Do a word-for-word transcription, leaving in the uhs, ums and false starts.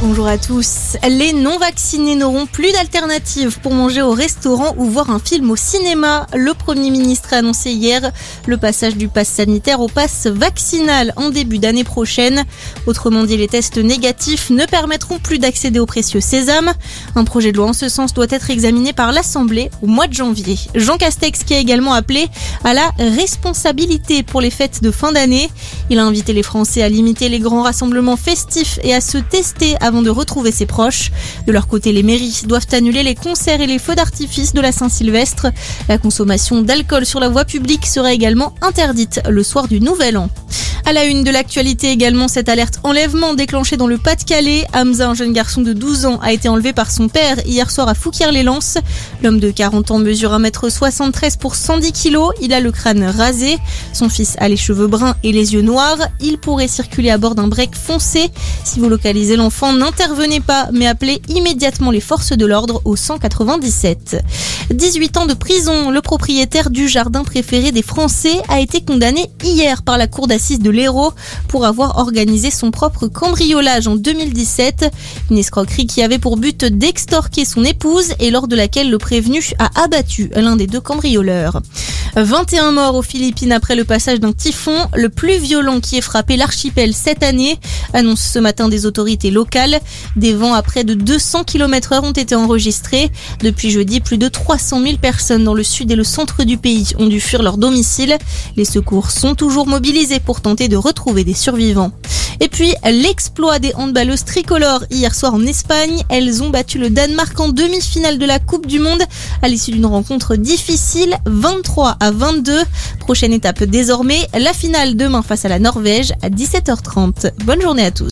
Bonjour à tous. Les non-vaccinés n'auront plus d'alternative pour manger au restaurant ou voir un film au cinéma. Le Premier ministre a annoncé hier le passage du pass sanitaire au pass vaccinal en début d'année prochaine. Autrement dit, les tests négatifs ne permettront plus d'accéder au précieux sésame. Un projet de loi en ce sens doit être examiné par l'Assemblée au mois de janvier. Jean Castex qui a également appelé à la responsabilité pour les fêtes de fin d'année. Il a invité les Français à limiter les grands rassemblements festifs et à se tester avant de retrouver ses proches. De leur côté, les mairies doivent annuler les concerts et les feux d'artifice de la Saint-Sylvestre. La consommation d'alcool sur la voie publique sera également interdite le soir du Nouvel An. À la une de l'actualité également, cette alerte enlèvement déclenchée dans le Pas-de-Calais. Hamza, un jeune garçon de douze ans, a été enlevé par son père hier soir à Fouquier-les-Lances. L'homme de quarante ans mesure un mètre soixante-treize pour cent dix kilos. Il a le crâne rasé. Son fils a les cheveux bruns et les yeux noirs. Il pourrait circuler à bord d'un break foncé. Si vous localisez l'enfant, n'intervenez pas, mais appelez immédiatement les forces de l'ordre au cent quatre-vingt-dix-sept. dix-huit ans de prison. Le propriétaire du jardin préféré des Français a été condamné hier par la cour d'assises de l'Hérault pour avoir organisé son propre cambriolage en deux mille dix-sept. Une escroquerie qui avait pour but d'extorquer son épouse et lors de laquelle le prévenu a abattu l'un des deux cambrioleurs. vingt et un morts aux Philippines après le passage d'un typhon, le plus violent qui ait frappé l'archipel cette année, annonce ce matin des autorités locales. Des vents à près de deux cents kilomètres heure ont été enregistrés. Depuis jeudi, plus de trois cent mille personnes dans le sud et le centre du pays ont dû fuir leur domicile. Les secours sont toujours mobilisés pour tenter de retrouver des survivants. Et puis, l'exploit des handballeuses tricolores hier soir en Espagne. Elles ont battu le Danemark en demi-finale de la Coupe du Monde à l'issue d'une rencontre difficile, vingt-trois à vingt-deux. Prochaine étape désormais, la finale demain face à la Norvège à dix-sept heures trente. Bonne journée à tous.